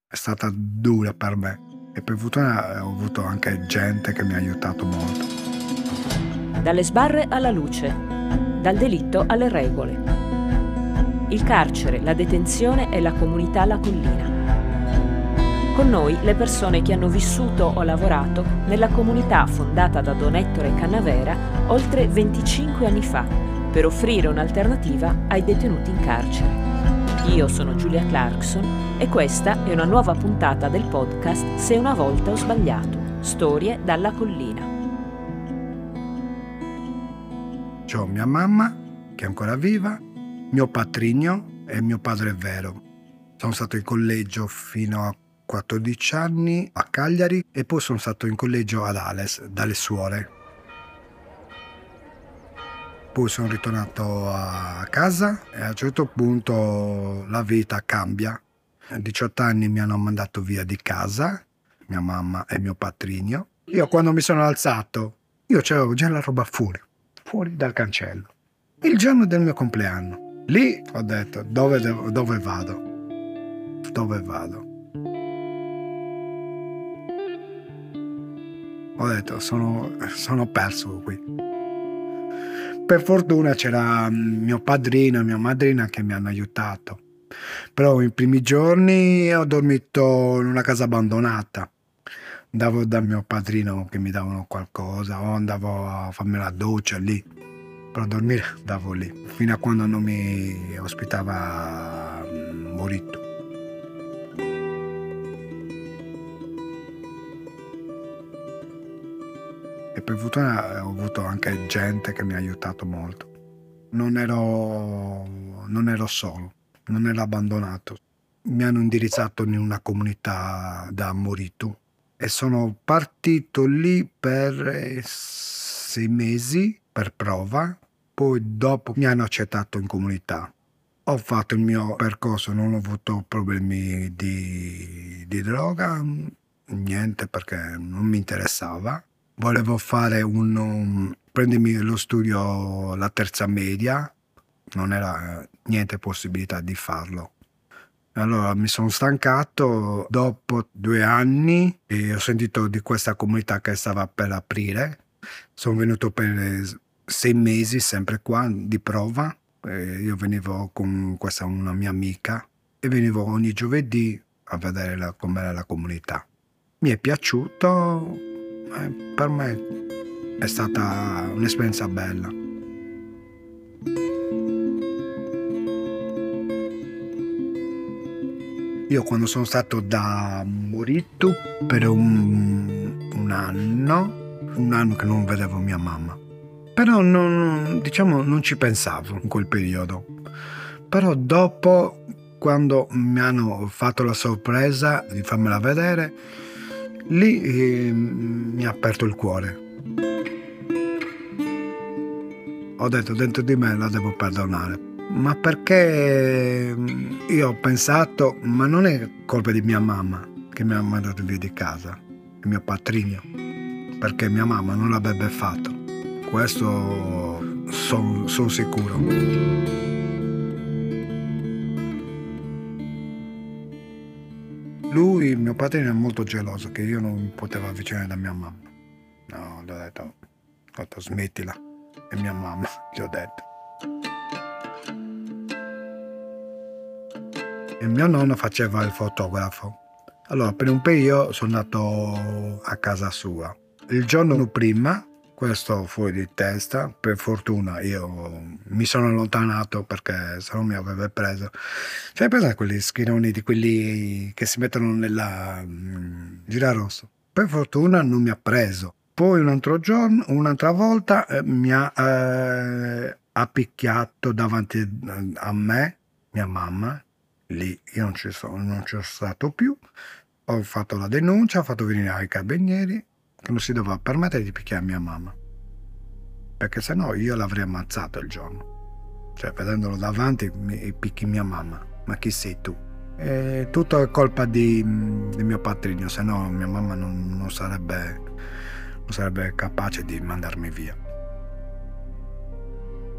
è stata dura per me e per fortuna ho avuto anche gente che mi ha aiutato molto. Dalle sbarre alla luce, dal delitto alle regole. Il carcere, la detenzione e la comunità La Collina. Con noi le persone che hanno vissuto o lavorato nella comunità fondata da Don Ettore Cannavera oltre 25 anni fa per offrire un'alternativa ai detenuti in carcere. Io sono Giulia Clarkson e questa è una nuova puntata del podcast Se una volta ho sbagliato, storie dalla collina. C'ho mia mamma, che è ancora viva, mio patrigno e mio padre vero. Sono stato in collegio fino a 14 anni a Cagliari e poi sono stato in collegio ad Ales, dalle suore. Poi sono ritornato a casa e a un certo punto la vita cambia. A 18 anni mi hanno mandato via di casa, mia mamma e mio patrigno. Io quando mi sono alzato, io c'avevo già la roba fuori dal cancello. Il giorno del mio compleanno. Lì ho detto, dove vado? Dove vado? Ho detto, sono perso qui. Per fortuna c'era mio padrino e mia madrina che mi hanno aiutato. Però i primi giorni ho dormito in una casa abbandonata. Andavo da mio padrino che mi davano qualcosa o andavo a farmi la doccia lì. Per dormire andavo lì. Fino a quando non mi ospitava Morito. E per fortuna ho avuto anche gente che mi ha aiutato molto. Non ero solo, non ero abbandonato. Mi hanno indirizzato in una comunità da Morito e sono partito lì per 6 mesi per prova, poi dopo mi hanno accettato in comunità. Ho fatto il mio percorso, non ho avuto problemi di droga, niente, perché non mi interessava. Volevo fare prendermi lo studio la terza media, non era niente possibilità di farlo. Allora mi sono stancato dopo 2 anni e ho sentito di questa comunità che stava per aprire. Sono venuto per 6 mesi sempre qua di prova. Io venivo con questa una mia amica e venivo ogni giovedì a vedere com'era la comunità. Mi è piaciuto. Per me è stata un'esperienza bella. Io quando sono stato da Morito per un anno che non vedevo mia mamma, però non ci pensavo in quel periodo. Però dopo, quando mi hanno fatto la sorpresa di farmela vedere, lì mi ha aperto il cuore. Ho detto dentro di me la devo perdonare. Ma perché io ho pensato, ma non è colpa di mia mamma che mi ha mandato via di casa, il mio patrigno, perché mia mamma non l'avrebbe fatto. Questo sono sicuro. Lui, mio padre, è molto geloso che io non mi potevo avvicinare da mia mamma. No, gli ho detto smettila. E mia mamma, gli ho detto. E mio nonno faceva il fotografo. Allora, per un periodo sono andato a casa sua. Il giorno prima, questo fuori di testa, per fortuna io mi sono allontanato perché se no mi avrebbe preso. Cioè, pensa a quegli schienoni di quelli che si mettono nella girarosso. Per fortuna non mi ha preso. Poi un altro giorno, un'altra volta mi ha appicchiato davanti a me, mia mamma. Lì io non ci sono stato più. Ho fatto la denuncia, ho fatto venire ai carabinieri che non si doveva permettere di picchiare mia mamma, perché sennò io l'avrei ammazzato il giorno. Cioè, vedendolo davanti mi picchi mia mamma. Ma chi sei tu? È tutta colpa di mio patrigno, sennò mia mamma non sarebbe capace di mandarmi via.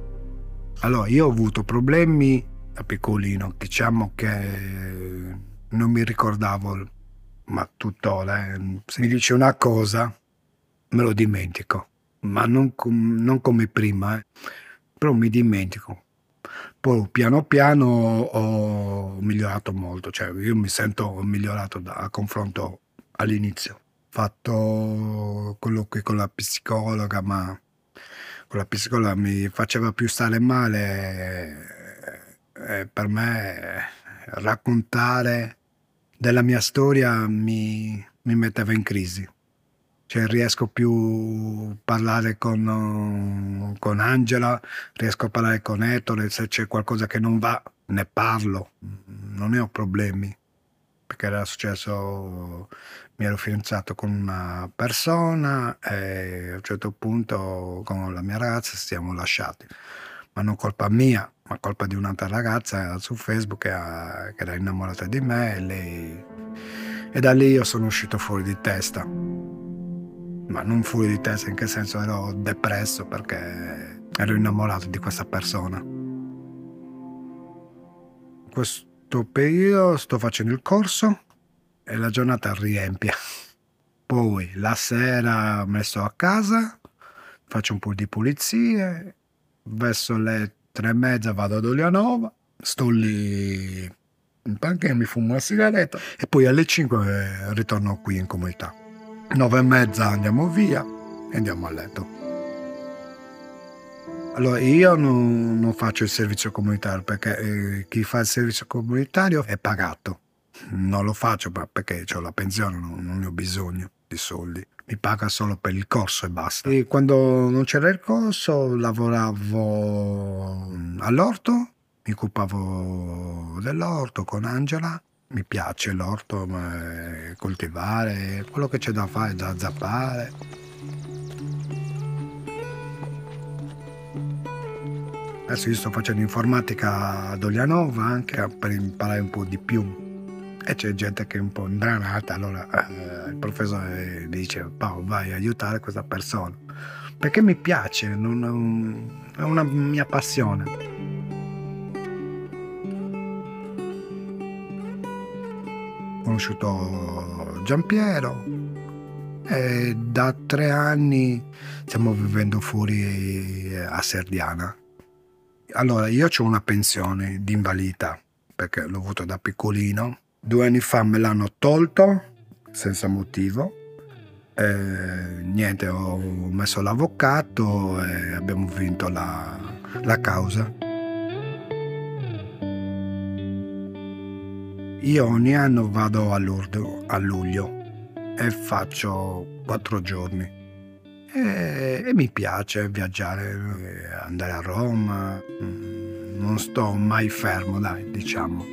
Allora, io ho avuto problemi da piccolino, diciamo che non mi ricordavo, ma tuttora, se mi dice una cosa me lo dimentico, ma non come prima, però mi dimentico. Poi piano piano ho migliorato molto, cioè io mi sento migliorato a confronto all'inizio. Ho fatto colloqui con la psicologa, ma con la psicologa mi faceva più stare male, e per me raccontare della mia storia mi metteva in crisi. Cioè riesco più a parlare con Angela, riesco a parlare con Ettore, se c'è qualcosa che non va ne parlo, non ne ho problemi, perché era successo, mi ero fidanzato con una persona e a un certo punto con la mia ragazza ci siamo lasciati, ma non colpa mia, ma colpa di un'altra ragazza su Facebook che era innamorata di me, e da lì io sono uscito fuori di testa. Ma non fuori di testa, in che senso ero depresso perché ero innamorato di questa persona. In questo periodo sto facendo il corso e la giornata riempie. Poi la sera me sto a casa, faccio un po' di pulizie, verso le 3:30 vado ad Olianova, sto lì in panchina, mi fumo una sigaretta e poi alle 5 ritorno qui in comunità. 9:30 andiamo via e andiamo a letto. Allora io non faccio il servizio comunitario perché chi fa il servizio comunitario è pagato. Non lo faccio perché ho la pensione, non ne ho bisogno di soldi. Mi paga solo per il corso e basta. E quando non c'era il corso lavoravo all'orto, mi occupavo dell'orto con Angela. Mi piace l'orto, coltivare, quello che c'è da fare, da zappare. Adesso io sto facendo informatica ad Olianova anche per imparare un po' di più. E c'è gente che è un po' imbranata, allora il professore dice: Paolo, vai a aiutare questa persona. Perché mi piace, è una mia passione. Ho conosciuto Giampiero e da 3 anni stiamo vivendo fuori a Serdiana. Allora, io ho una pensione di invalidità perché l'ho avuto da piccolino. 2 anni fa me l'hanno tolto senza motivo. Niente, ho messo l'avvocato e abbiamo vinto la causa. Io ogni anno vado a Lourdes a luglio e faccio 4 giorni e mi piace viaggiare, andare a Roma, non sto mai fermo, dai, diciamo.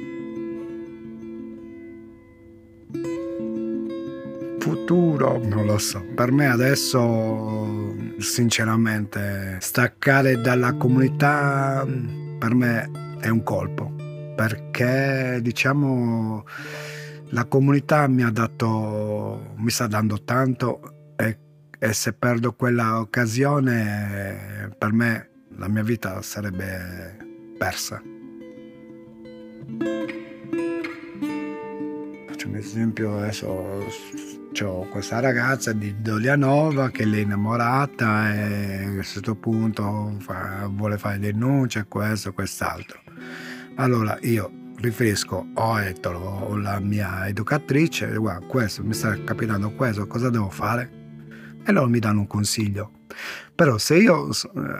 Futuro non lo so, per me adesso sinceramente staccare dalla comunità per me è un colpo, perché diciamo la comunità mi sta dando tanto e se perdo quella occasione per me la mia vita sarebbe persa. Faccio un esempio, adesso ho questa ragazza di Olianova che lei è innamorata e a un certo punto vuole fare denuncia, questo, quest'altro. Allora io riferisco o Ettore o la mia educatrice, guarda, questo mi sta capitando, questo, cosa devo fare? E loro mi danno un consiglio. Però se io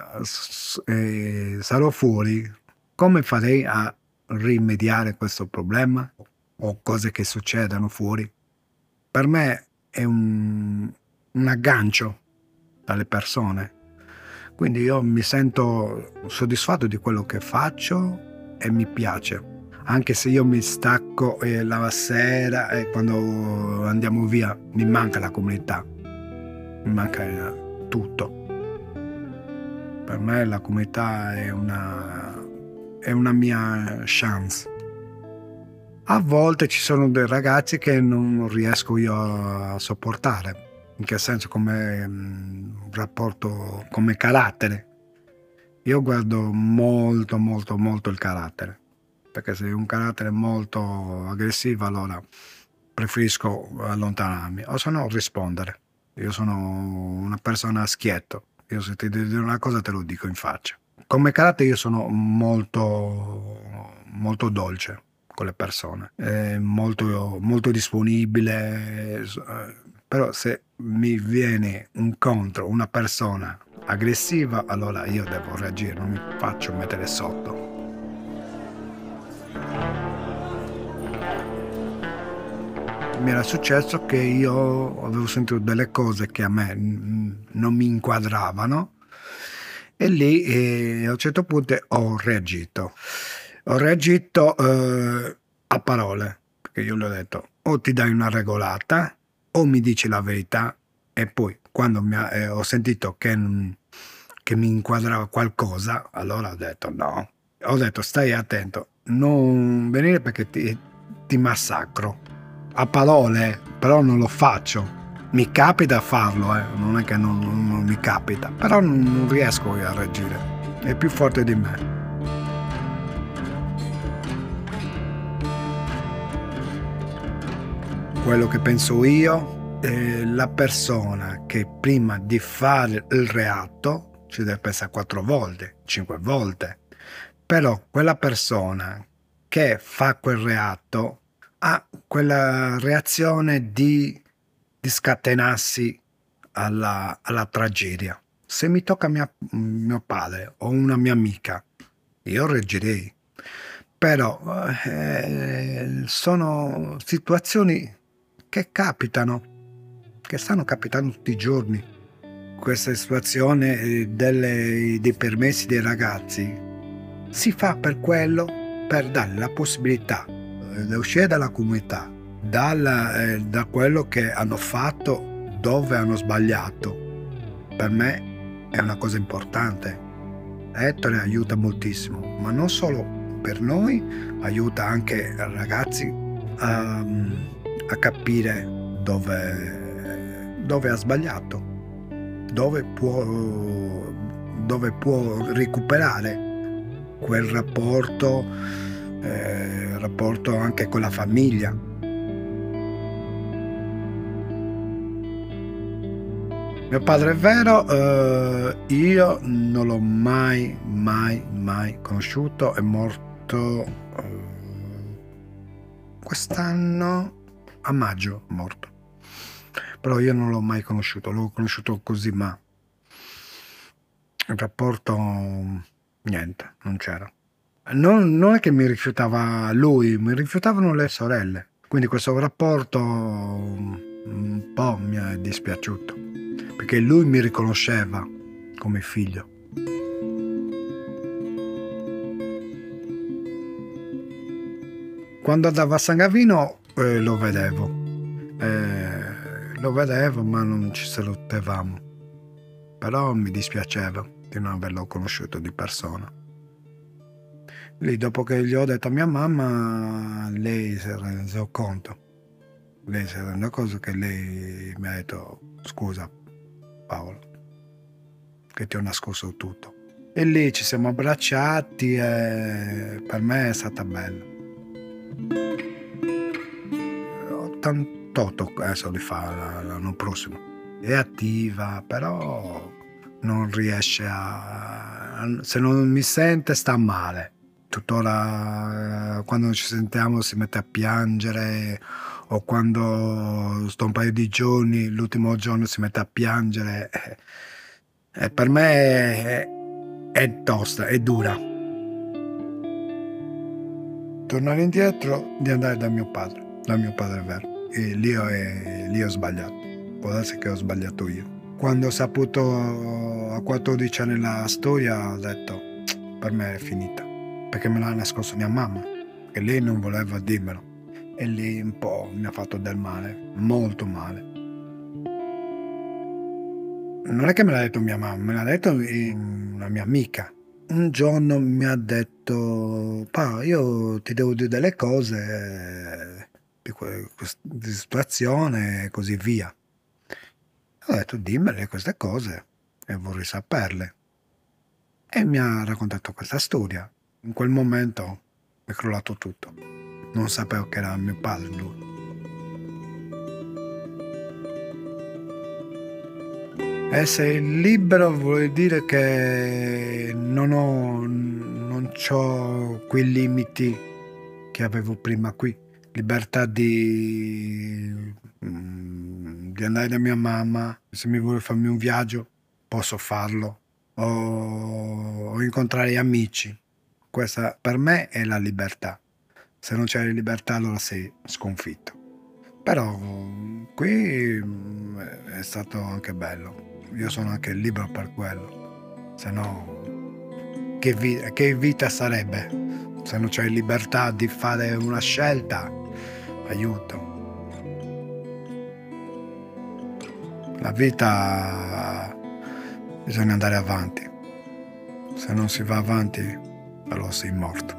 sarò fuori, come farei a rimediare questo problema o cose che succedano fuori? Per me è un aggancio dalle persone, quindi io mi sento soddisfatto di quello che faccio e mi piace, anche se io mi stacco la sera e quando andiamo via mi manca la comunità, mi manca tutto. Per me la comunità è una mia chance. A volte ci sono dei ragazzi che non riesco io a sopportare, in che senso, come rapporto, come carattere. Io guardo molto molto molto il carattere. perché se hai un carattere molto aggressivo allora preferisco allontanarmi o se no rispondere. Io sono una persona a schietto, io se ti devo dire una cosa te lo dico in faccia. Come carattere io sono molto dolce con le persone, molto disponibile, però se mi viene incontro una persona aggressiva allora io devo reagire, non mi faccio mettere sotto. Mi era successo che io avevo sentito delle cose che a me non mi inquadravano e lì a un certo punto ho reagito. Ho reagito a parole, perché io gli ho detto o ti dai una regolata o mi dici la verità, e poi quando ho sentito che mi inquadrava qualcosa, allora ho detto no. Ho detto stai attento, non venire perché ti massacro. A parole, però non lo faccio. Mi capita a farlo, non è che non mi capita, però non riesco a reagire. È più forte di me. Quello che penso io, la persona che prima di fare il reato ci deve pensare 4 volte, 5 volte. Però quella persona che fa quel reato ha quella reazione di scatenarsi alla tragedia. Se mi tocca mio padre o una mia amica, io reagirei. Però sono situazioni che capitano, che stanno capitando tutti i giorni. Questa situazione dei permessi dei ragazzi si fa per quello, per dare la possibilità di uscire dalla comunità, da quello che hanno fatto, dove hanno sbagliato. Per me è una cosa importante. Ettore aiuta moltissimo, ma non solo per noi, aiuta anche i ragazzi a capire dove ha sbagliato, dove può recuperare quel rapporto anche con la famiglia. Mio padre è vero, io non l'ho mai conosciuto, è morto quest'anno a maggio, morto. Però io non l'ho mai conosciuto, l'ho conosciuto così, ma il rapporto niente, non c'era. Non è che mi rifiutava lui, mi rifiutavano le sorelle. Quindi questo rapporto un po' mi è dispiaciuto, perché lui mi riconosceva come figlio. Quando andavo a San Gavino lo vedevo, ma non ci salutavamo. Però mi dispiaceva di non averlo conosciuto di persona. Lì, dopo che gli ho detto a mia mamma, lei si è reso conto. Lei si è reso conto che lei mi ha detto: scusa Paolo, che ti ho nascosto tutto. E lì ci siamo abbracciati e per me è stata bella. 88 adesso li fa l'anno prossimo. È attiva, però non riesce se non mi sente sta male. Tuttora quando ci sentiamo si mette a piangere, o quando sto un paio di giorni, l'ultimo giorno si mette a piangere. E per me è tosta, è dura. Tornare indietro, di andare da mio padre vero. E lì ho sbagliato. Può darsi che ho sbagliato io. Quando ho saputo a 14 anni la storia, ho detto: per me è finita. Perché me l'ha nascosto mia mamma, che lei non voleva dirmelo, e lì un po' mi ha fatto del male, molto male. Non è che me l'ha detto mia mamma, me l'ha detto una mia amica. Un giorno mi ha detto: Pa, io ti devo dire delle cose di situazione e così via. Ho detto: dimmele queste cose e vorrei saperle. E mi ha raccontato questa storia. In quel momento è crollato tutto. Non sapevo che era mio padre lui. Essere libero vuol dire che non c'ho quei limiti che avevo prima qui. Libertà di andare da mia mamma, se mi vuole farmi un viaggio posso farlo, o incontrare amici. Questa per me è la libertà. Se non c'è libertà allora sei sconfitto. Però qui è stato anche bello. Io sono anche libero per quello. Se no che vita sarebbe? Se non c'è libertà di fare una scelta, aiuto. La vita bisogna andare avanti. Se non si va avanti, allora sei morto.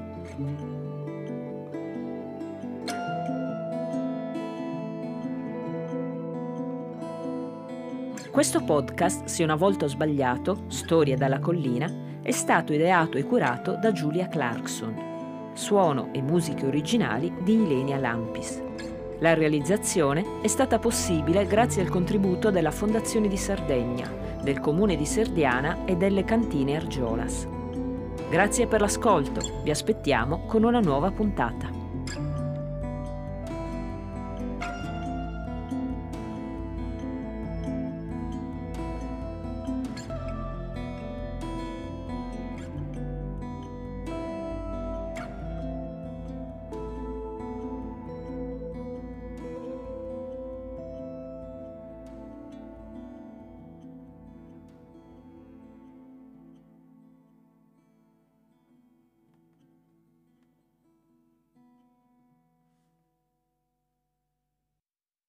Questo podcast, Se una volta ho sbagliato, Storie dalla collina, è stato ideato e curato da Julia Clarkson. Suono e musiche originali di Ilenia Lampis. La realizzazione è stata possibile grazie al contributo della Fondazione di Sardegna, del Comune di Serdiana e delle Cantine Argiolas. Grazie per l'ascolto, vi aspettiamo con una nuova puntata.